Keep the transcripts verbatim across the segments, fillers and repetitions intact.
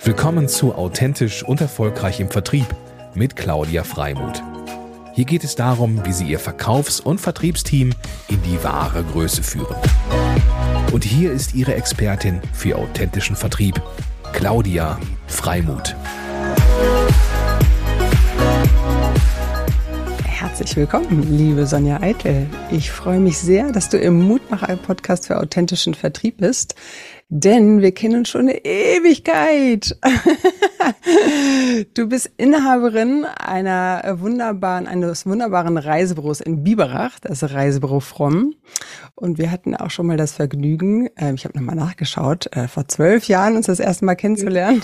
Willkommen zu Authentisch und Erfolgreich im Vertrieb mit Claudia Freimuth. Hier geht es darum, wie Sie Ihr Verkaufs- und Vertriebsteam in die wahre Größe führen. Und hier ist Ihre Expertin für authentischen Vertrieb, Claudia Freimuth. Herzlich willkommen, liebe Sonja Eitel. Ich freue mich sehr, dass du im Mutmacher-Podcast für authentischen Vertrieb bist, denn wir kennen uns schon eine Ewigkeit. Du bist Inhaberin einer wunderbaren, eines wunderbaren Reisebüros in Biberach, das Reisebüro Fromm. Und wir hatten auch schon mal das Vergnügen, äh, ich habe nochmal nachgeschaut, äh, vor zwölf Jahren uns das erste Mal kennenzulernen.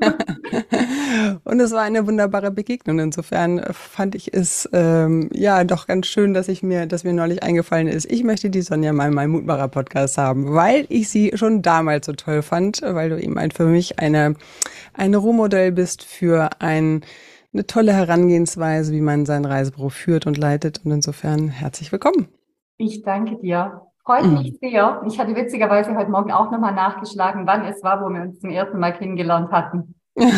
Und es war eine wunderbare Begegnung. Insofern fand ich es ähm, ja doch ganz schön, dass ich mir, dass mir neulich eingefallen ist, ich möchte die Sonja mal in meinem Mutmacher-Podcast haben, weil ich sie schon damals so toll fand, weil du eben ein, für mich eine ein Rohmodell bist für ein, eine tolle Herangehensweise, wie man sein Reisebüro führt und leitet. Und insofern herzlich willkommen. Ich danke dir. Freut Mhm. mich sehr. Ich hatte witzigerweise heute Morgen auch nochmal nachgeschlagen, wann es war, wo wir uns zum ersten Mal kennengelernt hatten. Und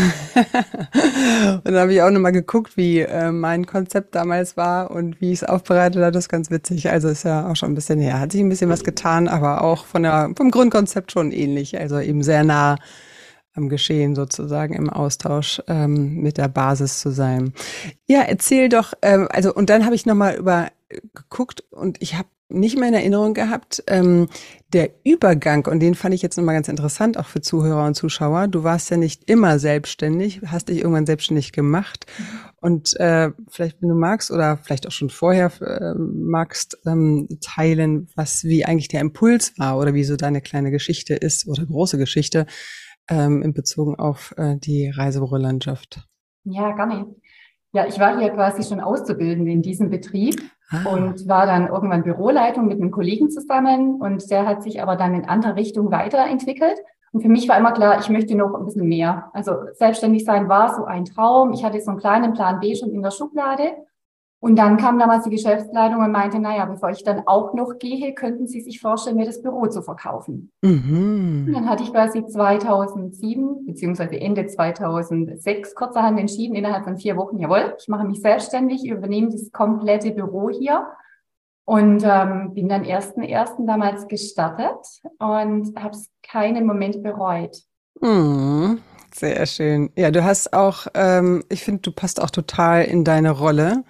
dann habe ich auch nochmal geguckt, wie äh, mein Konzept damals war und wie ich es aufbereitet habe. Das ist ganz witzig. Also ist ja auch schon ein bisschen her. Hat sich ein bisschen was getan, aber auch von der, vom Grundkonzept schon ähnlich. Also eben sehr nah am Geschehen sozusagen, im Austausch ähm, mit der Basis zu sein. Ja, erzähl doch, ähm, also und dann habe ich nochmal über äh, geguckt und ich habe nicht mehr in Erinnerung gehabt, ähm, der Übergang, und den fand ich jetzt nochmal ganz interessant, auch für Zuhörer und Zuschauer. Du warst ja nicht immer selbstständig, hast dich irgendwann selbstständig gemacht. Und äh, vielleicht, wenn du magst, oder vielleicht auch schon vorher äh, magst, ähm, teilen, was wie eigentlich der Impuls war oder wie so deine kleine Geschichte ist oder große Geschichte ähm, in Bezug auf äh, die Reisebürolandschaft. Ja, gar nicht. Ja, ich war hier quasi schon Auszubildende in diesem Betrieb Ah. und war dann irgendwann Büroleitung mit einem Kollegen zusammen und der hat sich aber dann in andere Richtung weiterentwickelt. Und für mich war immer klar, ich möchte noch ein bisschen mehr. Also selbstständig sein war so ein Traum. Ich hatte so einen kleinen Plan B schon in der Schublade. Und dann kam damals die Geschäftsleitung und meinte, naja, bevor ich dann auch noch gehe, könnten Sie sich vorstellen, mir das Büro zu verkaufen. Mhm. Und dann hatte ich quasi zweitausendsieben beziehungsweise Ende zweitausendsechs kurzerhand entschieden, innerhalb von vier Wochen, jawohl, ich mache mich selbstständig, übernehme das komplette Büro hier und ähm, bin dann ersten ersten damals gestartet und habe es keinen Moment bereut. Mhm. Sehr schön. Ja, du hast auch, ähm, ich finde, du passt auch total in deine Rolle.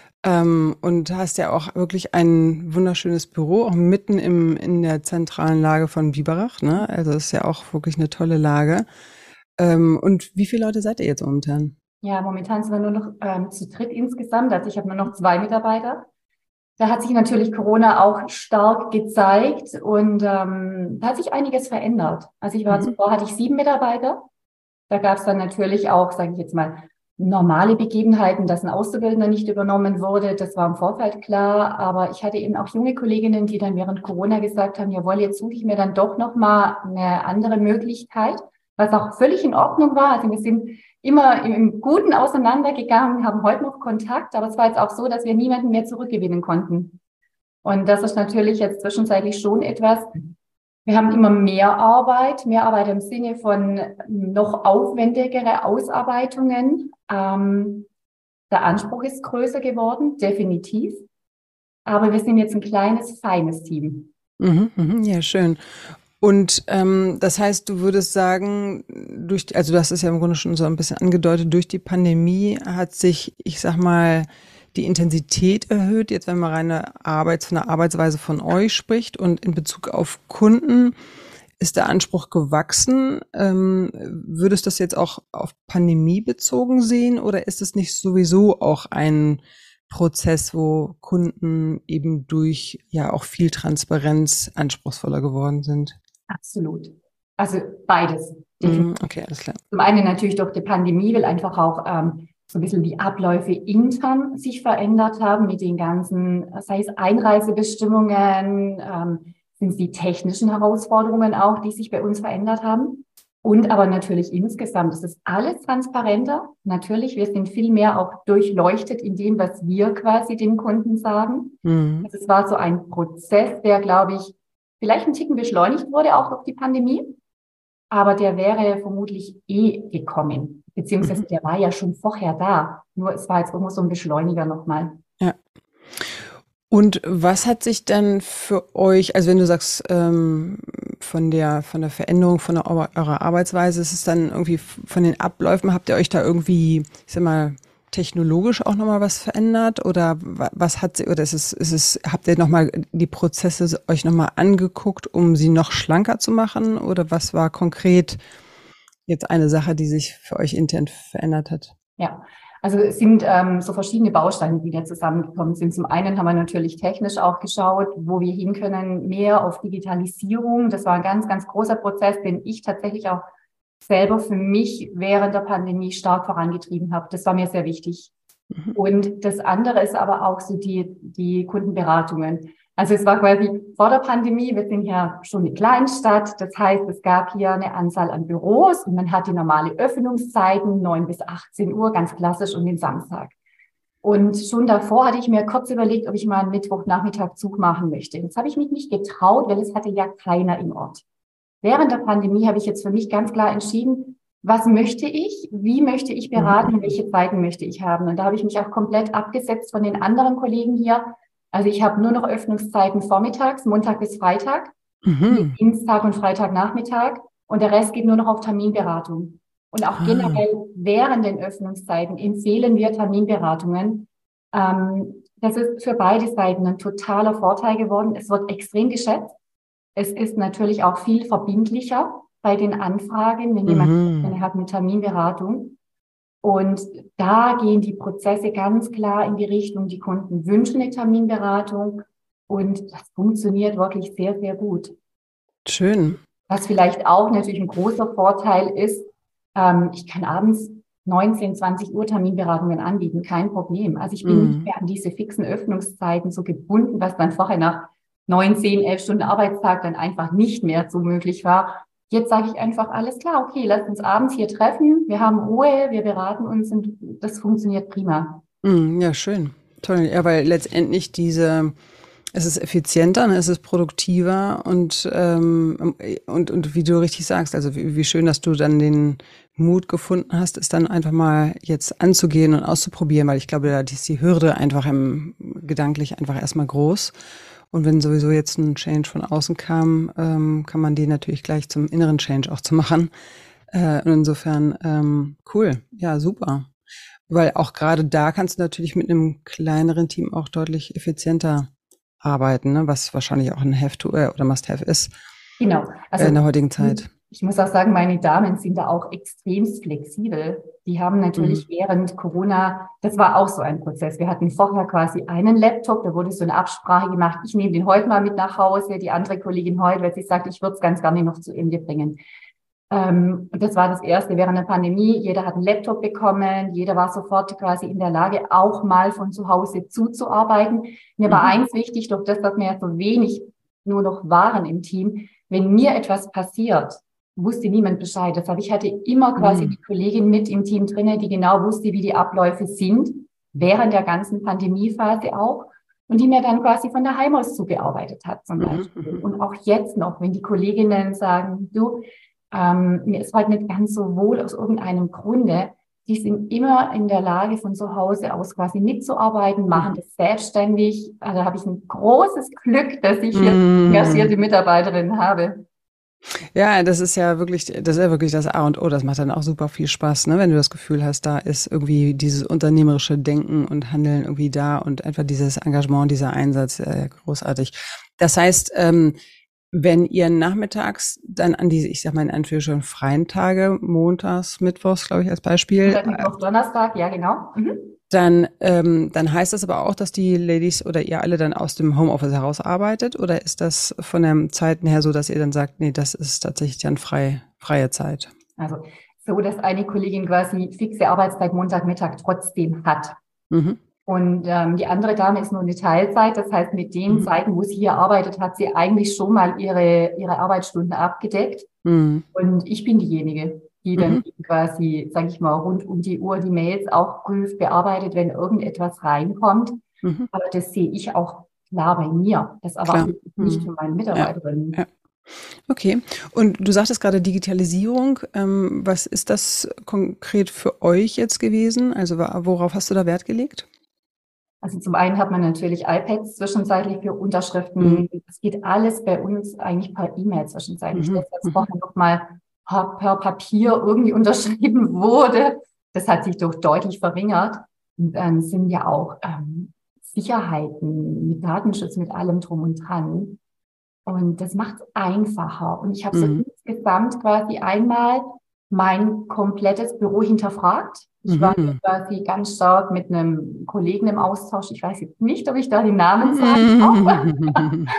Ähm, und hast ja auch wirklich ein wunderschönes Büro, auch mitten im, in der zentralen Lage von Biberach, ne? Also das ist ja auch wirklich eine tolle Lage. Ähm, und wie viele Leute seid ihr jetzt momentan? Ja, momentan sind wir nur noch ähm, zu dritt insgesamt, also ich habe nur noch zwei Mitarbeiter. Da hat sich natürlich Corona auch stark gezeigt und ähm, da hat sich einiges verändert. Also ich war Mhm. zuvor, hatte ich sieben Mitarbeiter. Da gab es dann natürlich auch, sage ich jetzt mal, normale Begebenheiten, dass ein Auszubildender nicht übernommen wurde. Das war im Vorfeld klar. Aber ich hatte eben auch junge Kolleginnen, die dann während Corona gesagt haben, jawohl, jetzt suche ich mir dann doch nochmal eine andere Möglichkeit, was auch völlig in Ordnung war. Also wir sind immer im Guten auseinandergegangen, haben heute noch Kontakt. Aber es war jetzt auch so, dass wir niemanden mehr zurückgewinnen konnten. Und das ist natürlich jetzt zwischenzeitlich schon etwas. Wir haben immer mehr Arbeit, mehr Arbeit im Sinne von noch aufwendigere Ausarbeitungen. Ähm, der Anspruch ist größer geworden, definitiv. Aber wir sind jetzt ein kleines, feines Team. Mhm, mhm, ja, schön. Und ähm, das heißt, du würdest sagen, durch, die- also du hast es ja im Grunde schon so ein bisschen angedeutet, durch die Pandemie hat sich, ich sag mal, die Intensität erhöht, jetzt wenn man reine Arbeits, von der Arbeitsweise von euch spricht und in Bezug auf Kunden ist der Anspruch gewachsen. Ähm, würdest du das jetzt auch auf Pandemie bezogen sehen oder ist es nicht sowieso auch ein Prozess, wo Kunden eben durch ja auch viel Transparenz anspruchsvoller geworden sind? Absolut. Also beides. Mm, okay, alles klar. Zum einen natürlich durch die Pandemie, weil einfach auch ähm, so ein bisschen die Abläufe intern sich verändert haben mit den ganzen, sei es Einreisebestimmungen, ähm, sind es die technischen Herausforderungen auch, die sich bei uns verändert haben. Und aber natürlich insgesamt, es ist alles transparenter. Natürlich, wir sind viel mehr auch durchleuchtet in dem, was wir quasi den Kunden sagen. Mhm. Also es war so ein Prozess, der, glaube ich, vielleicht ein Ticken beschleunigt wurde, auch durch die Pandemie. aber der wäre vermutlich eh gekommen, beziehungsweise Mhm. der war ja schon vorher da. Nur es war jetzt irgendwo so ein Beschleuniger nochmal. Ja. Und was hat sich dann für euch, also wenn du sagst, ähm, von der, von der Veränderung von der, eurer Arbeitsweise, ist es dann irgendwie f- von den Abläufen, habt ihr euch da irgendwie, ich sag mal, technologisch auch nochmal was verändert oder wa- was hat sie, oder ist es, ist es, habt ihr nochmal die Prozesse euch nochmal angeguckt, um sie noch schlanker zu machen oder was war konkret jetzt eine Sache, die sich für euch intern verändert hat? Ja, also es sind ähm, so verschiedene Bausteine, die da zusammengekommen sind. Zum einen haben wir natürlich technisch auch geschaut, wo wir hin können, mehr auf Digitalisierung. Das war ein ganz, ganz großer Prozess, den ich tatsächlich auch selber für mich während der Pandemie stark vorangetrieben habe. Das war mir sehr wichtig. Mhm. Und das andere ist aber auch so die, die Kundenberatungen. Also es war quasi vor der Pandemie, wir sind ja schon eine Kleinstadt, das heißt, es gab hier eine Anzahl an Büros und man hat die normale Öffnungszeiten, neun bis achtzehn Uhr, ganz klassisch, und den Samstag. Und schon davor hatte ich mir kurz überlegt, ob ich mal einen Mittwochnachmittag Zug machen möchte. Jetzt habe ich mich nicht getraut, weil es hatte ja keiner im Ort. Während der Pandemie habe ich jetzt für mich ganz klar entschieden, was möchte ich, wie möchte ich beraten und Mhm. welche Zeiten möchte ich haben. Und da habe ich mich auch komplett abgesetzt von den anderen Kollegen hier. Also ich habe nur noch Öffnungszeiten vormittags, Montag bis Freitag, Mhm. Dienstag und Freitagnachmittag, und der Rest geht nur noch auf Terminberatung. Und auch Ah. generell während den Öffnungszeiten empfehlen wir Terminberatungen. Ähm, das ist für beide Seiten ein totaler Vorteil geworden. Es wird extrem geschätzt. Es ist natürlich auch viel verbindlicher bei den Anfragen, wenn jemand Mhm. hat eine Terminberatung. Und da gehen die Prozesse ganz klar in die Richtung, die Kunden wünschen eine Terminberatung, und das funktioniert wirklich sehr, sehr gut. Schön. Was vielleicht auch natürlich ein großer Vorteil ist, ähm, ich kann abends neunzehn, zwanzig Uhr Terminberatungen anbieten, kein Problem. Also ich bin nicht Mhm. mehr an diese fixen Öffnungszeiten so gebunden, was dann vorher nach neun, zehn, elf Stunden Arbeitstag dann einfach nicht mehr so möglich war. Jetzt sage ich einfach, alles klar, okay, lasst uns abends hier treffen, wir haben Ruhe, wir beraten uns, und das funktioniert prima. Mhm. Ja, schön. Toll. Ja, weil letztendlich diese, es ist effizienter, ne, es ist produktiver und, ähm, und, und wie du richtig sagst, also wie, wie schön, dass du dann den Mut gefunden hast, es dann einfach mal jetzt anzugehen und auszuprobieren, weil ich glaube, da ist die Hürde einfach im, gedanklich einfach erstmal groß. Und wenn sowieso jetzt ein Change von außen kam, ähm, kann man die natürlich gleich zum inneren Change auch zu machen. Äh, und insofern, ähm, cool. Ja, super. Weil auch gerade da kannst du natürlich mit einem kleineren Team auch deutlich effizienter arbeiten, ne? Was wahrscheinlich auch ein Have-to äh, oder Must-have ist Genau. äh, in Also der heutigen Zeit. ich muss auch sagen, meine Damen sind da auch extremst flexibel. Die haben Mhm. natürlich während Corona, das war auch so ein Prozess. Wir hatten vorher quasi einen Laptop, da wurde so eine Absprache gemacht. Ich nehme den heute mal mit nach Hause, die andere Kollegin heute, weil sie sagt, ich würde es ganz gerne noch zu Ende bringen. Ähm, und das war das Erste während der Pandemie. Jeder hat einen Laptop bekommen. Jeder war sofort quasi in der Lage, auch mal von zu Hause zuzuarbeiten. Mir war Mhm. eins wichtig, durch das, dass wir ja so wenig nur noch waren im Team. Wenn mir etwas passiert, wusste niemand Bescheid. Deshalb, ich hatte immer quasi Mhm. die Kollegin mit im Team drinne, die genau wusste, wie die Abläufe sind, während der ganzen Pandemiephase auch. Und die mir dann quasi von daheim aus zugearbeitet hat, zum Mhm. Beispiel. Mhm. Und auch jetzt noch, wenn die Kolleginnen sagen, du, ähm, mir ist heute nicht ganz so wohl aus irgendeinem Grunde. Die sind immer in der Lage, von zu Hause aus quasi mitzuarbeiten, machen Mhm. das selbstständig. Also da habe ich ein großes Glück, dass ich hier Mhm. engagierte Mitarbeiterinnen habe. Ja, das ist ja wirklich, das ist ja wirklich das A und O. Das macht dann auch super viel Spaß, ne? Wenn du das Gefühl hast, da ist irgendwie dieses unternehmerische Denken und Handeln irgendwie da und einfach dieses Engagement, dieser Einsatz, äh, großartig. Das heißt, ähm, wenn ihr nachmittags dann an diese, ich sag mal in Anführungsstrichen, freien Tage, montags, mittwochs, glaube ich, als Beispiel, Montag, Mittwoch, Donnerstag, ja genau. Mhm. dann, ähm, dann heißt das aber auch, dass die Ladies oder ihr alle dann aus dem Homeoffice heraus arbeitet? Oder ist das von den Zeiten her so, dass ihr dann sagt, nee, das ist tatsächlich dann frei, freie Zeit? Also so, dass eine Kollegin quasi fixe Arbeitszeit Montagmittag trotzdem hat. Mhm. Und ähm, die andere Dame ist nur eine Teilzeit. Das heißt, mit den Mhm. Zeiten, wo sie hier arbeitet, hat sie eigentlich schon mal ihre, ihre Arbeitsstunden abgedeckt. Mhm. Und ich bin diejenige, die dann Mhm. eben quasi, sage ich mal, rund um die Uhr die Mails auch prüft, bearbeitet, wenn irgendetwas reinkommt. Mhm. Aber das sehe ich auch klar bei mir. Das Klar. erwarte ich nicht Mhm. von meinen Ja. Mitarbeiterinnen. Ja. Okay. Und du sagtest gerade Digitalisierung. Ähm, was ist das konkret für euch jetzt gewesen? Also wa- worauf hast du da Wert gelegt? Also zum einen hat man natürlich iPads zwischenzeitlich für Mhm. Unterschriften. Es geht alles bei uns eigentlich per E-Mail zwischenzeitlich. Das, Mhm. was Mhm. vorher noch mal per, per Papier irgendwie unterschrieben wurde, das hat sich doch deutlich verringert. Und dann sind ja auch ähm, Sicherheiten mit Datenschutz, mit allem drum und dran. Und das macht es einfacher. Und ich habe so Mhm. insgesamt quasi einmal mein komplettes Büro hinterfragt. Ich war hier Mhm. quasi ganz stark mit einem Kollegen im Austausch. Ich weiß jetzt nicht, ob ich da die Namen sagen darf. Mhm.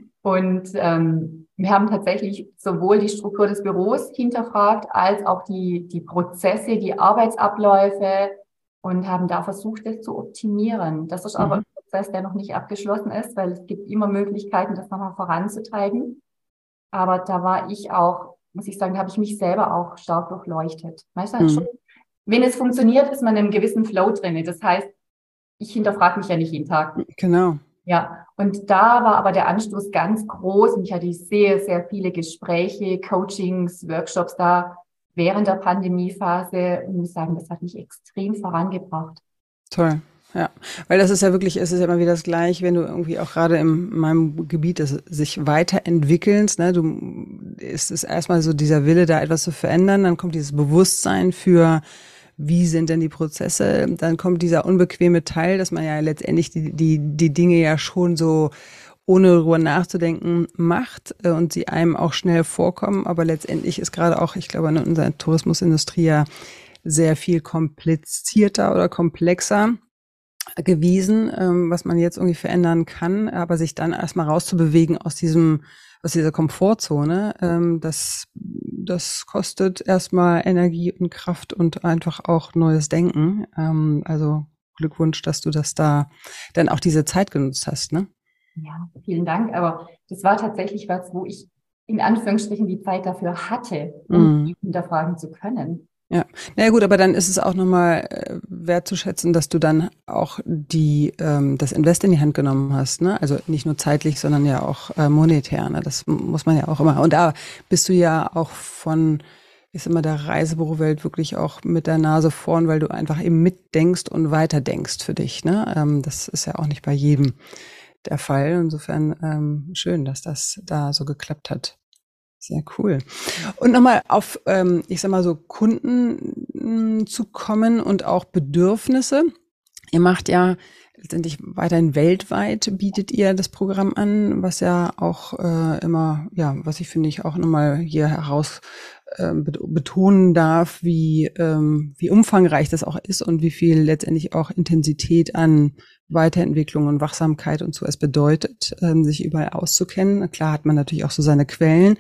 Und ähm, wir haben tatsächlich sowohl die Struktur des Büros hinterfragt, als auch die, die Prozesse, die Arbeitsabläufe und haben da versucht, das zu optimieren. Das ist aber Mhm. ein Prozess, der noch nicht abgeschlossen ist, weil es gibt immer Möglichkeiten, das nochmal voranzutreiben. Aber da war ich auch, muss ich sagen, da habe ich mich selber auch stark durchleuchtet. Weißt du, schon, Mhm. wenn es funktioniert, ist man in einem gewissen Flow drin. Das heißt, ich hinterfrage mich ja nicht jeden Tag. Genau. Ja, und da war aber der Anstoß ganz groß und ich hatte sehr, sehr viele Gespräche, Coachings, Workshops da während der Pandemiephase und muss sagen, das hat mich extrem vorangebracht. Toll. Ja, weil das ist ja wirklich, es ist ja immer wieder das Gleiche, wenn du irgendwie auch gerade in meinem Gebiet das sich weiterentwickelst, ne, du, es ist erstmal so dieser Wille, da etwas zu verändern, dann kommt dieses Bewusstsein für, wie sind denn die Prozesse, dann kommt dieser unbequeme Teil, dass man ja letztendlich die, die, die Dinge ja schon so ohne darüber nachzudenken macht äh, und sie einem auch schnell vorkommen, aber letztendlich ist gerade auch, ich glaube, in unserer Tourismusindustrie ja sehr viel komplizierter oder komplexer gewesen, ähm, was man jetzt irgendwie verändern kann, aber sich dann erstmal rauszubewegen aus diesem, aus dieser Komfortzone, ähm, das, das kostet erstmal Energie und Kraft und einfach auch neues Denken. Ähm, also Glückwunsch, dass du das da dann auch diese Zeit genutzt hast, ne? Ja, vielen Dank. Aber das war tatsächlich was, wo ich in Anführungsstrichen die Zeit dafür hatte, um Mhm. hinterfragen zu können. Ja, na ja, gut, aber dann ist es auch nochmal äh, wertzuschätzen, dass du dann auch die ähm, das Invest in die Hand genommen hast, ne? Also nicht nur zeitlich, sondern ja auch äh, monetär, ne? Das m- muss man ja auch immer. Und da bist du ja auch von, ist immer der Reisebürowelt wirklich auch mit der Nase vorn, weil du einfach eben mitdenkst und weiterdenkst für dich, ne? Ähm, das ist ja auch nicht bei jedem der Fall. Insofern ähm, schön, dass das da so geklappt hat. Sehr cool. Und nochmal auf, ähm, ich sag mal so, Kunden mh, zu kommen und auch Bedürfnisse. Ihr macht ja letztendlich weiterhin weltweit, bietet ihr das Programm an, was ja auch äh, immer, ja, was ich finde ich auch nochmal hier heraus äh, betonen darf, wie, ähm, wie umfangreich das auch ist und wie viel letztendlich auch Intensität an Weiterentwicklung und Wachsamkeit und so es bedeutet, ähm, sich überall auszukennen. Klar hat man natürlich auch so seine Quellen,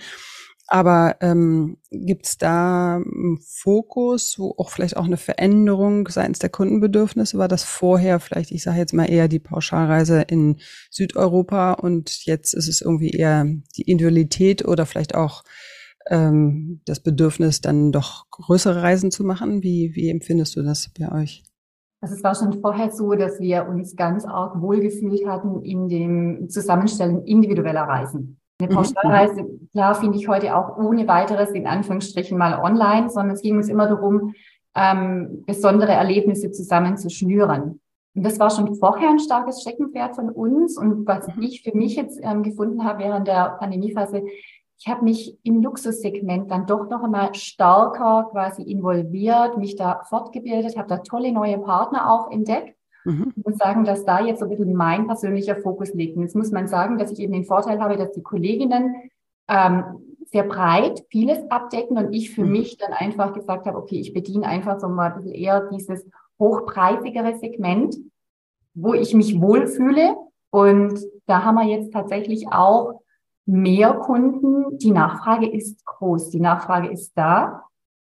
aber ähm, gibt es da einen Fokus, wo auch vielleicht auch eine Veränderung seitens der Kundenbedürfnisse? War das vorher vielleicht, ich sage jetzt mal eher die Pauschalreise in Südeuropa und jetzt ist es irgendwie eher die Individualität oder vielleicht auch ähm, das Bedürfnis, dann doch größere Reisen zu machen? Wie, wie empfindest du das bei euch? Also es war schon vorher so, dass wir uns ganz arg wohlgefühlt hatten in dem Zusammenstellen individueller Reisen. Eine Mhm, mhm, Pauschalreise, klar, finde ich heute auch ohne weiteres in Anführungsstrichen mal online, sondern es ging uns immer darum, ähm, besondere Erlebnisse zusammen zu schnüren. Und das war schon vorher ein starkes Steckenpferd von uns. Und was mhm, ich für mich jetzt ähm, gefunden habe während der Pandemiephase, ich habe mich im Luxussegment dann doch noch einmal stärker quasi involviert, mich da fortgebildet, habe da tolle neue Partner auch entdeckt. mhm, Ich muss sagen, dass da jetzt so ein bisschen mein persönlicher Fokus liegt. Und jetzt muss man sagen, dass ich eben den Vorteil habe, dass die Kolleginnen ähm, sehr breit vieles abdecken und ich für mhm, mich dann einfach gesagt habe, okay, ich bediene einfach so mal ein bisschen eher dieses hochpreisigere Segment, wo ich mich wohlfühle. Und da haben wir jetzt tatsächlich auch mehr Kunden. Die Nachfrage ist groß, die Nachfrage ist da.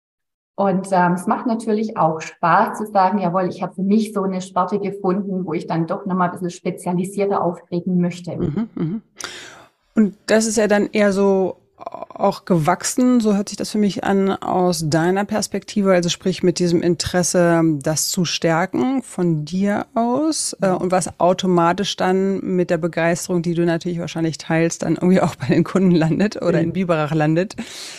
Und ähm, es macht natürlich auch Spaß zu sagen, jawohl, ich habe für mich so eine Sparte gefunden, wo ich dann doch nochmal ein bisschen spezialisierter auftreten möchte. mhm, mhm. Und das ist ja dann eher so auch gewachsen, so hört sich das für mich an, aus deiner Perspektive, also sprich mit diesem Interesse, das zu stärken von dir aus äh, und was automatisch dann mit der Begeisterung, die du natürlich wahrscheinlich teilst, dann irgendwie auch bei den Kunden landet oder in Biberach landet.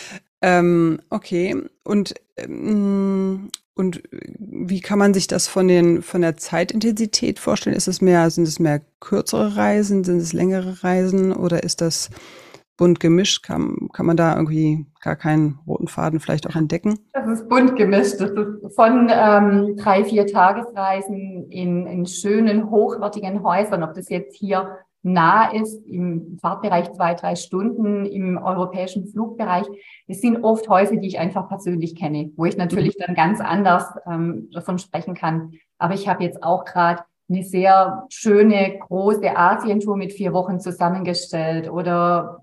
Ähm, okay, und ähm, und wie kann man sich das von den von der Zeitintensität vorstellen? Ist es mehr, sind es mehr kürzere Reisen, sind es längere Reisen oder ist das bunt gemischt? Kann, kann man da irgendwie gar keinen roten Faden vielleicht auch entdecken? Das ist bunt gemischt. Das ist von ähm, drei, vier Tagesreisen in, in schönen, hochwertigen Häusern, ob das jetzt hier nah ist, im Fahrtbereich zwei, drei Stunden, im europäischen Flugbereich. Es sind oft Häuser, die ich einfach persönlich kenne, wo ich natürlich dann ganz anders ähm, davon sprechen kann. Aber ich habe jetzt auch gerade eine sehr schöne, große Asientour mit vier Wochen zusammengestellt oder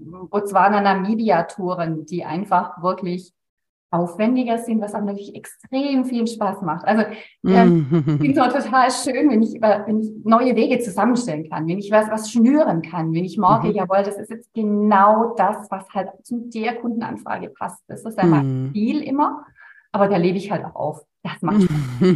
Botswana-Namibia-Touren, die einfach wirklich aufwendiger sind, was aber natürlich extrem viel Spaß macht. Also ähm, ich finde es auch total schön, wenn ich, wenn ich neue Wege zusammenstellen kann, wenn ich was, was schnüren kann, wenn ich merke, mhm. jawohl, das ist jetzt genau das, was halt zu der Kundenanfrage passt. Das ist einmal mhm. viel immer, aber da lebe ich halt auch auf. Das macht Spaß.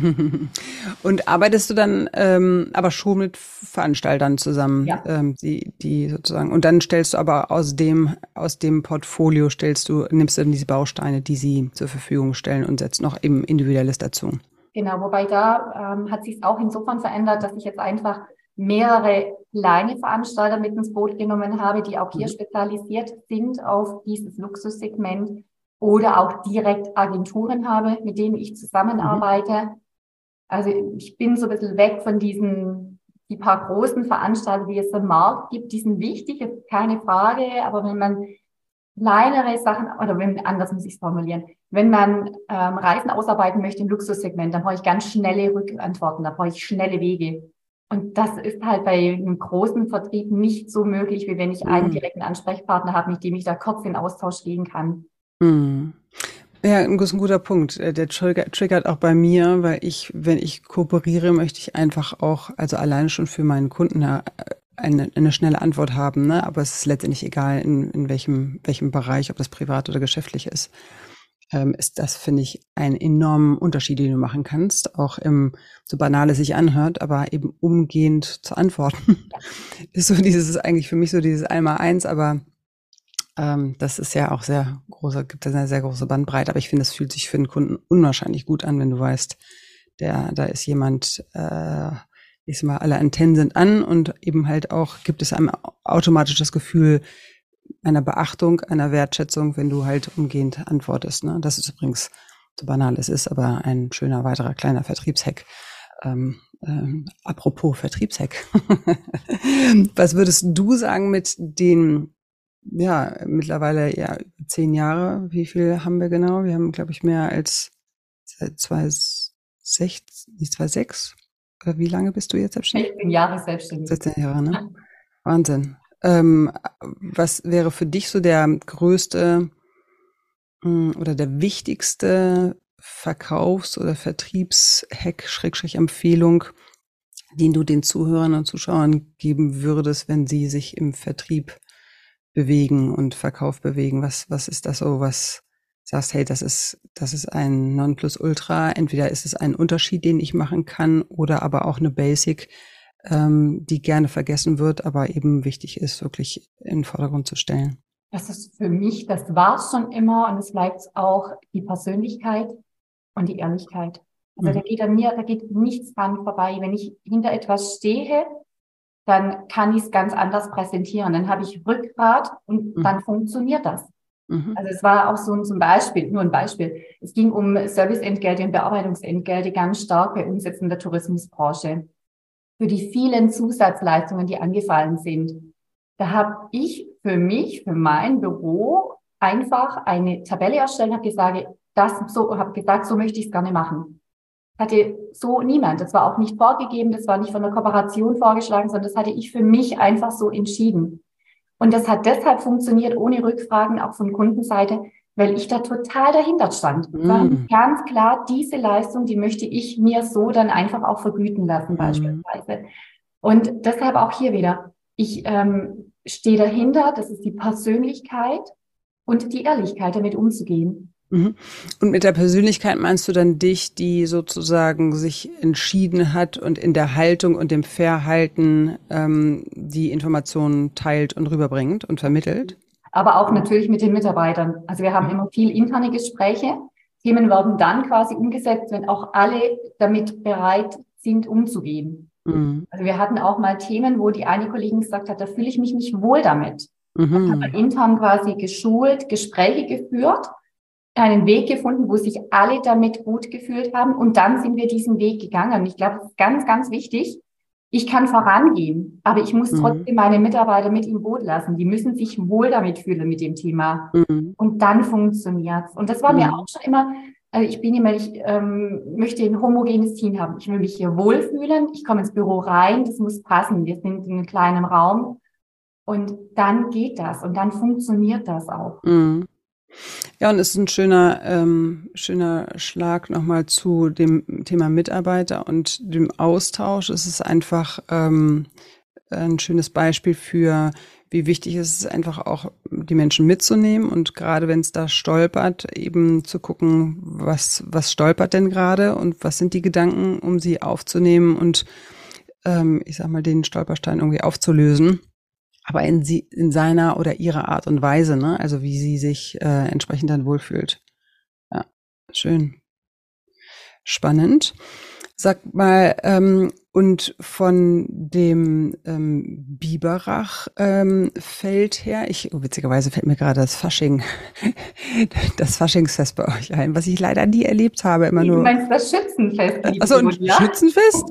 Und arbeitest du dann ähm, aber schon mit Veranstaltern zusammen, ja. ähm, die, die sozusagen, und dann stellst du aber aus dem, aus dem Portfolio stellst du, nimmst du dann diese Bausteine, die sie zur Verfügung stellen und setzt noch eben Individuelles dazu. Genau, wobei da ähm, hat sich es auch insofern verändert, dass ich jetzt einfach mehrere kleine Veranstalter mit ins Boot genommen habe, die auch hier mhm. spezialisiert sind auf dieses Luxussegment. Oder auch direkt Agenturen habe, mit denen ich zusammenarbeite. Mhm. Also ich bin so ein bisschen weg von diesen, die paar großen Veranstaltern, die es am Markt gibt. Die sind wichtig, ist keine Frage. Aber wenn man kleinere Sachen, oder wenn, anders muss ich es formulieren, wenn man ähm, Reisen ausarbeiten möchte im Luxussegment, dann brauche ich ganz schnelle Rückantworten, da brauche ich schnelle Wege. Und das ist halt bei einem großen Vertrieb nicht so möglich, wie wenn ich einen mhm. direkten Ansprechpartner habe, mit dem ich da kurz in Austausch gehen kann. Hm. Ja, das ist ein guter Punkt. Der triggert, triggert auch bei mir, weil ich, wenn ich kooperiere, möchte ich einfach auch, also alleine schon für meinen Kunden eine, eine schnelle Antwort haben, ne? Aber es ist letztendlich egal, in, in welchem, welchem Bereich, ob das privat oder geschäftlich ist. Ähm, ist das, finde ich, einen enormen Unterschied, den du machen kannst, auch im, so banal es sich anhört, aber eben umgehend zu antworten. Ist so dieses, ist eigentlich für mich so dieses Einmal-Eins, aber Ähm, das ist ja auch sehr große, gibt eine sehr große Bandbreite, aber ich finde, es fühlt sich für den Kunden unwahrscheinlich gut an, wenn du weißt, der, da ist jemand, äh, ich sag mal, alle Antennen sind an und eben halt auch gibt es einem automatisch das Gefühl einer Beachtung, einer Wertschätzung, wenn du halt umgehend antwortest. Ne? Das ist übrigens, so banal es ist, aber ein schöner weiterer kleiner Vertriebshack. Ähm, ähm, apropos Vertriebshack. Was würdest du sagen mit den ja, mittlerweile ja zehn Jahre. Wie viel haben wir genau? Wir haben, glaube ich, mehr als seit zweitausendsechs, nicht zweitausendsechs. Oder wie lange bist du jetzt selbstständig? sechzehn Jahre selbstständig. sechzehn Jahre, ne? Wahnsinn. Ähm, was wäre für dich so der größte mh, oder der wichtigste Verkaufs- oder Vertriebshack, Schrägstrich Empfehlung, den du den Zuhörern und Zuschauern geben würdest, wenn sie sich im Vertrieb bewegen und Verkauf bewegen? Was, was ist das so, was sagst, hey, das ist, das ist ein Nonplusultra. Entweder ist es ein Unterschied, den ich machen kann, oder aber auch eine Basic, ähm, die gerne vergessen wird, aber eben wichtig ist, wirklich in den Vordergrund zu stellen. Das ist für mich, das war es schon immer und es bleibt auch die Persönlichkeit und die Ehrlichkeit. Also mhm. da geht an mir, da geht nichts dran vorbei. Wenn ich hinter etwas stehe, dann kann ich es ganz anders präsentieren. Dann habe ich Rückgrat und mhm. dann funktioniert das. Mhm. Also es war auch so ein zum Beispiel, nur ein Beispiel. Es ging um Serviceentgelte und Bearbeitungsentgelte ganz stark bei uns jetzt in der Tourismusbranche. Für die vielen Zusatzleistungen, die angefallen sind. Da habe ich für mich, für mein Büro einfach eine Tabelle erstellt, habe gesagt, das so, habe gesagt, so möchte ich es gerne machen. Hatte so niemand. Das war auch nicht vorgegeben, das war nicht von der Kooperation vorgeschlagen, sondern das hatte ich für mich einfach so entschieden. Und das hat deshalb funktioniert, ohne Rückfragen, auch von Kundenseite, weil ich da total dahinter stand. Mm. War ganz klar, diese Leistung, die möchte ich mir so dann einfach auch vergüten lassen, mm. beispielsweise. Und deshalb auch hier wieder, ich ähm, stehe dahinter, das ist die Persönlichkeit. und die Ehrlichkeit, damit umzugehen. Mhm. Und mit der Persönlichkeit meinst du dann dich, die sozusagen sich entschieden hat und in der Haltung und dem Verhalten ähm, die Informationen teilt und rüberbringt und vermittelt? Aber auch natürlich mit den Mitarbeitern. Also wir haben immer viel interne Gespräche. Themen werden dann quasi umgesetzt, wenn auch alle damit bereit sind, umzugehen. Mhm. Also wir hatten auch mal Themen, wo die eine Kollegin gesagt hat, da fühle ich mich nicht wohl damit. Mhm. Dann haben wir intern quasi geschult, Gespräche geführt, einen Weg gefunden, wo sich alle damit gut gefühlt haben. Und dann sind wir diesen Weg gegangen. Ich glaube, das ist ganz, ganz wichtig. Ich kann vorangehen, aber ich muss Mhm. trotzdem meine Mitarbeiter mit im Boot lassen. Die müssen sich wohl damit fühlen mit dem Thema. Mhm. Und dann funktioniert's. Und das war Mhm. mir auch schon immer, also ich bin immer, ich ähm, möchte ein homogenes Team haben. Ich will mich hier wohlfühlen. Ich komme ins Büro rein, das muss passen. Wir sind in einem kleinen Raum. Und dann geht das und dann funktioniert das auch. Mhm. Ja, und es ist ein schöner, ähm, schöner Schlag nochmal zu dem Thema Mitarbeiter und dem Austausch. Es ist einfach ähm, ein schönes Beispiel für, wie wichtig es ist, einfach auch die Menschen mitzunehmen und gerade wenn es da stolpert, eben zu gucken, was, was stolpert denn gerade und was sind die Gedanken, um sie aufzunehmen und ähm, ich sag mal, den Stolperstein irgendwie aufzulösen. Aber in sie, in seiner oder ihrer Art und Weise, ne? Also wie sie sich äh, entsprechend dann wohlfühlt. Ja, schön. Spannend. Sag mal, ähm, und von dem ähm, Biberach-Feld ähm, her, ich, oh, witzigerweise fällt mir gerade das Fasching, das Faschingsfest bei euch ein, was ich leider nie erlebt habe, immer nur. Du meinst das Schützenfest, liebe Achso, ein Julia? Schützenfest?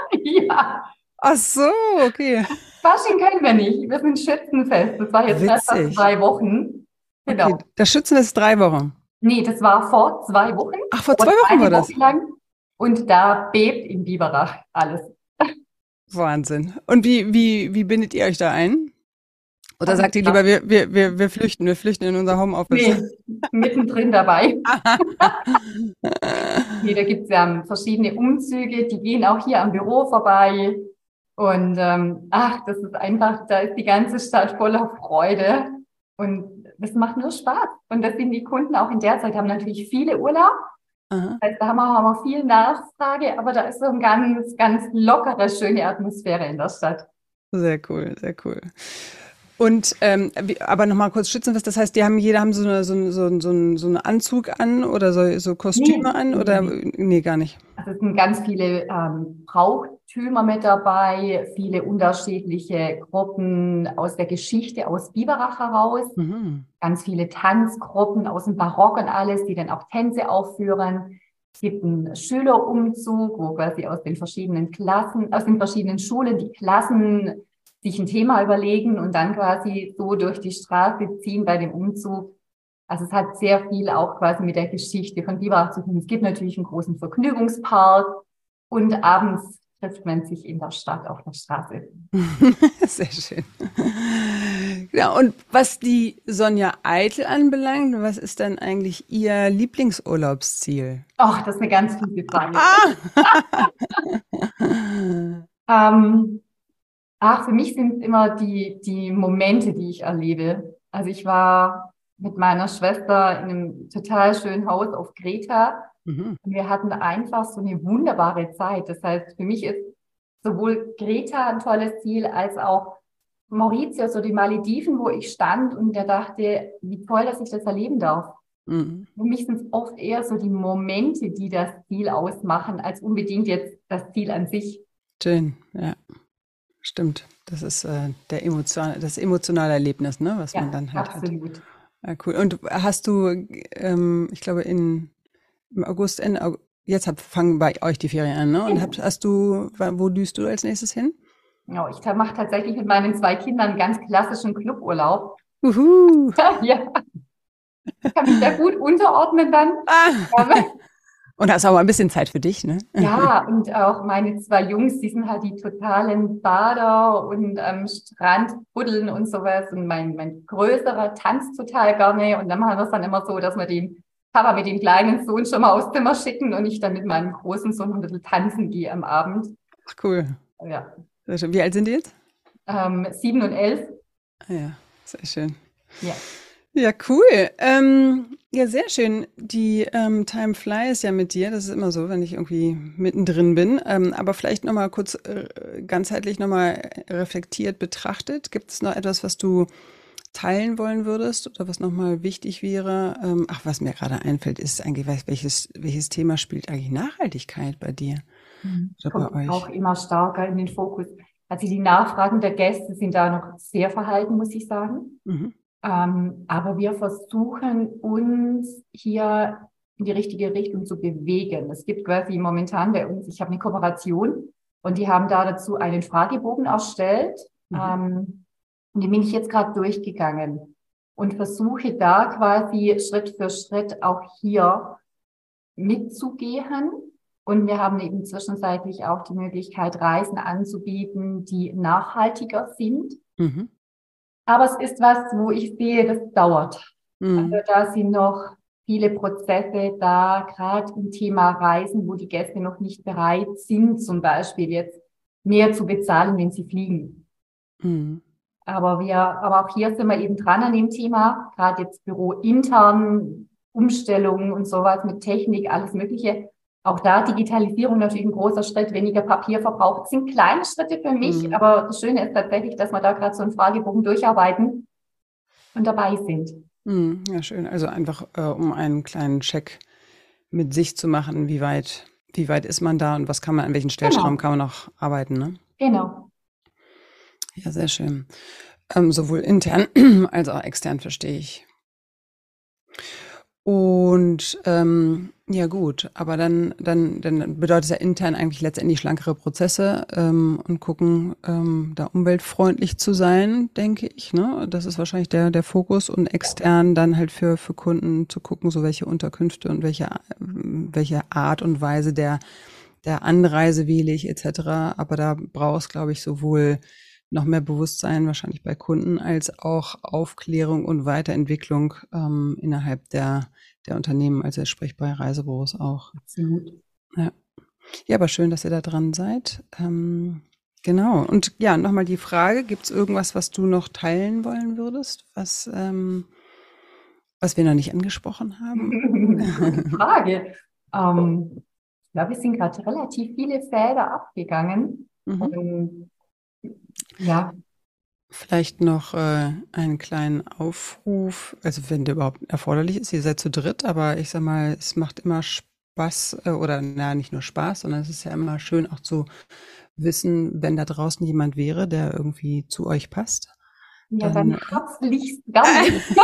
Ja. Ach so, okay. Fasching können wir nicht. Wir sind Schützenfest. Das war jetzt erst vor Witzig. zwei Wochen. Genau. Okay, das Schützenfest ist drei Wochen. Nee, das war vor zwei Wochen. Ach, vor zwei Wochen eine war das. Woche lang. Und da bebt in Biberach alles. Wahnsinn. Und wie, wie, wie bindet ihr euch da ein? Oder Also, sagt ihr lieber, wir, wir, wir, wir flüchten, wir flüchten in unser Homeoffice? Nee, mittendrin dabei. Nee, da gibt's ja verschiedene Umzüge, die gehen auch hier am Büro vorbei. Und ähm, ach, das ist einfach, da ist die ganze Stadt voller Freude. Und das macht nur Spaß. Und das sind die Kunden auch in der Zeit, haben natürlich viele Urlaub. Aha. Also da haben wir, haben wir viel Nachfrage, aber da ist so eine ganz, ganz lockere, schöne Atmosphäre in der Stadt. Sehr cool, sehr cool. Und ähm, wie, aber nochmal kurz Schützenfest, das heißt, die haben, jeder haben so eine, so, ein- so, ein- so, ein- so einen Anzug an oder so, so Kostüme Nee. an oder nee, gar nicht. Also es sind ganz viele ähm, Brauchtümer mit dabei, viele unterschiedliche Gruppen aus der Geschichte, aus Biberach heraus, Mhm. ganz viele Tanzgruppen aus dem Barock und alles, die dann auch Tänze aufführen. Es gibt einen Schülerumzug, wo quasi aus den verschiedenen Klassen, aus den verschiedenen Schulen die Klassen sich ein Thema überlegen und dann quasi so durch die Straße ziehen bei dem Umzug. Also es hat sehr viel auch quasi mit der Geschichte von Biberach zu tun. Es gibt natürlich einen großen Vergnügungspark und abends trifft man sich in der Stadt auf der Straße. Sehr schön. Ja, und was die Sonja Eitel anbelangt, was ist denn eigentlich Ihr Lieblingsurlaubsziel? Ach, das ist eine ganz fiese Frage. Ah! Ähm, ach, für mich sind es immer die, die Momente, die ich erlebe. Also ich war mit meiner Schwester in einem total schönen Haus auf Kreta. Mhm. Und wir hatten einfach so eine wunderbare Zeit. Das heißt, für mich ist sowohl Kreta ein tolles Ziel, als auch Mauritius oder die Malediven, wo ich stand und der dachte, wie toll, dass ich das erleben darf. Mhm. Für mich sind es oft eher so die Momente, die das Ziel ausmachen, als unbedingt jetzt das Ziel an sich. Schön, ja. Stimmt. Das ist äh, der Emotion, das emotionale Erlebnis, ne, was Ja, man dann halt absolut. hat. Ja, cool. Und hast du, ähm, ich glaube, in, im August, Ende August, jetzt hab, fangen bei euch die Ferien an, ne? Und Ja. hab, hast du, wo düst du als nächstes hin? Ja, ich mache tatsächlich mit meinen zwei Kindern einen ganz klassischen Cluburlaub. Uhu. Ja, ich kann mich sehr gut unterordnen dann. Ah. Aber, Und hast auch mal ein bisschen Zeit für dich, ne? ja, und auch meine zwei Jungs, die sind halt die totalen Bader und am Strand buddeln und sowas. Und mein, mein Größerer tanzt total gerne. Und dann machen wir es dann immer so, dass wir den Papa mit dem kleinen Sohn schon mal aufs Zimmer schicken und ich dann mit meinem großen Sohn ein bisschen tanzen gehe am Abend. Ach, cool. Ja, Sehr schön. Wie alt sind die jetzt? ähm, sieben und elf. Ah, ja, sehr schön. Ja. Ja, cool. Ähm, ja, sehr schön. Die ähm, Time flies ja mit dir. Das ist immer so, wenn ich irgendwie mittendrin bin. Ähm, aber vielleicht nochmal kurz äh, ganzheitlich nochmal reflektiert betrachtet. Gibt es noch etwas, was du teilen wollen würdest oder was nochmal wichtig wäre? Ähm, ach, was mir gerade einfällt, ist eigentlich, welches, welches Thema spielt eigentlich Nachhaltigkeit bei dir oder bei Kommt auch euch? immer stärker in den Fokus. Also die Nachfragen der Gäste sind da noch sehr verhalten, muss ich sagen. Mhm. Ähm, aber wir versuchen uns hier in die richtige Richtung zu bewegen. Es gibt quasi momentan bei uns, ich habe eine Kooperation und die haben da dazu einen Fragebogen erstellt. Mhm. Ähm, und den bin ich jetzt gerade durchgegangen und versuche da quasi Schritt für Schritt auch hier mitzugehen. Und wir haben eben zwischenzeitlich auch die Möglichkeit, Reisen anzubieten, die nachhaltiger sind. Mhm. Aber es ist was, wo ich sehe, das dauert. Also Mhm. da sind noch viele Prozesse da, gerade im Thema Reisen, wo die Gäste noch nicht bereit sind, zum Beispiel jetzt mehr zu bezahlen, wenn sie fliegen. Mhm. Aber wir, aber auch hier sind wir eben dran an dem Thema, gerade jetzt bürointern, Umstellungen und sowas mit Technik, alles Mögliche. Auch da Digitalisierung natürlich ein großer Schritt, weniger Papierverbrauch. Das sind kleine Schritte für mich, Mhm. aber das Schöne ist tatsächlich, dass wir da gerade so einen Fragebogen durcharbeiten und dabei sind. Mhm. Ja, schön. Also einfach, äh, um einen kleinen Check mit sich zu machen, wie weit, wie weit ist man da und was kann man, an welchen Stellschrauben Genau, kann man noch arbeiten, ne? genau. Ja, sehr schön. Ähm, sowohl intern als auch extern, verstehe ich. Und ähm, ja gut, aber dann, dann, dann bedeutet es ja intern eigentlich letztendlich schlankere Prozesse ähm, und gucken, ähm, da umweltfreundlich zu sein, denke ich. Ne? Das ist wahrscheinlich der, der Fokus und extern dann halt für, für Kunden zu gucken, so welche Unterkünfte und welche, welche Art und Weise der, der Anreise wähle ich et cetera. Aber da braucht es, glaube ich, sowohl noch mehr Bewusstsein wahrscheinlich bei Kunden als auch Aufklärung und Weiterentwicklung ähm, innerhalb der, der Unternehmen, also sprich bei Reisebüros auch. Absolut. Ja. Ja, aber schön, dass ihr da dran seid. Ähm, genau. Und ja, nochmal die Frage, gibt es irgendwas, was du noch teilen wollen würdest, was, ähm, was wir noch nicht angesprochen haben? Gute Frage. Ähm, ich glaube, es sind gerade relativ viele Felder abgegangen. Mhm. Und ja, Vielleicht noch äh, einen kleinen Aufruf, also wenn der überhaupt erforderlich ist, ihr seid zu dritt, aber ich sag mal, es macht immer Spaß äh, oder na nicht nur Spaß, sondern es ist ja immer schön auch zu wissen, wenn da draußen jemand wäre, der irgendwie zu euch passt, ja, dann dann herzlichst gerne.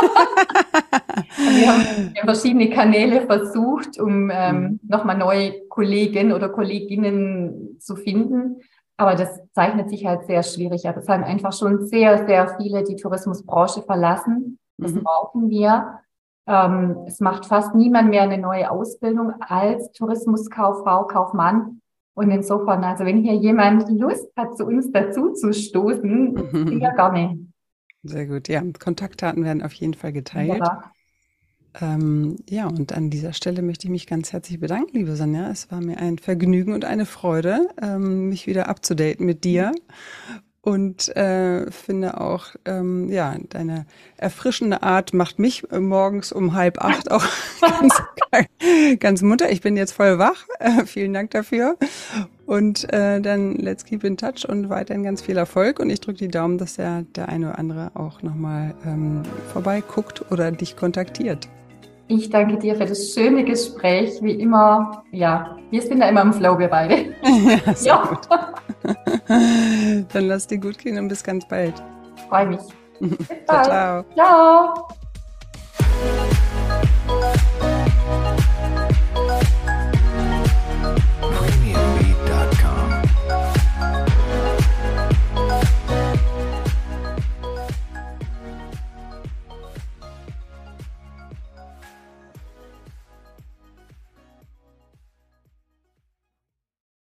Wir haben ja verschiedene Kanäle versucht, um Mhm. ähm, nochmal neue Kollegen oder Kolleginnen zu finden. Aber das zeichnet sich halt sehr schwierig ab. Es haben einfach schon sehr, sehr viele die Tourismusbranche verlassen. Das Mhm. brauchen wir. Ähm, es macht fast niemand mehr eine neue Ausbildung als Tourismuskauffrau, Kaufmann. Und insofern, also wenn hier jemand Lust hat, zu uns dazu zu stoßen, sehr gerne. Sehr gut. Ja, Kontaktdaten werden auf jeden Fall geteilt. Wunderbar. Ähm, ja, und an dieser Stelle möchte ich mich ganz herzlich bedanken, liebe Sonja. Es war mir ein Vergnügen und eine Freude, ähm, mich wieder abzudaten mit dir. Und äh, finde auch, ähm, ja, deine erfrischende Art macht mich äh, morgens um halb acht auch ganz, ganz munter. Ich bin jetzt voll wach. Äh, vielen Dank dafür. Und äh, dann let's keep in touch und weiterhin ganz viel Erfolg. Und ich drücke die Daumen, dass der, der eine oder andere auch nochmal ähm, vorbeiguckt oder dich kontaktiert. Ich danke dir für das schöne Gespräch. Wie immer, ja, wir sind da immer im Flow, wir beide. Ja, sehr Ja, gut. Dann lass dir gut gehen und bis ganz bald. freue mich. Bis Ciao, bald. ciao. Ciao.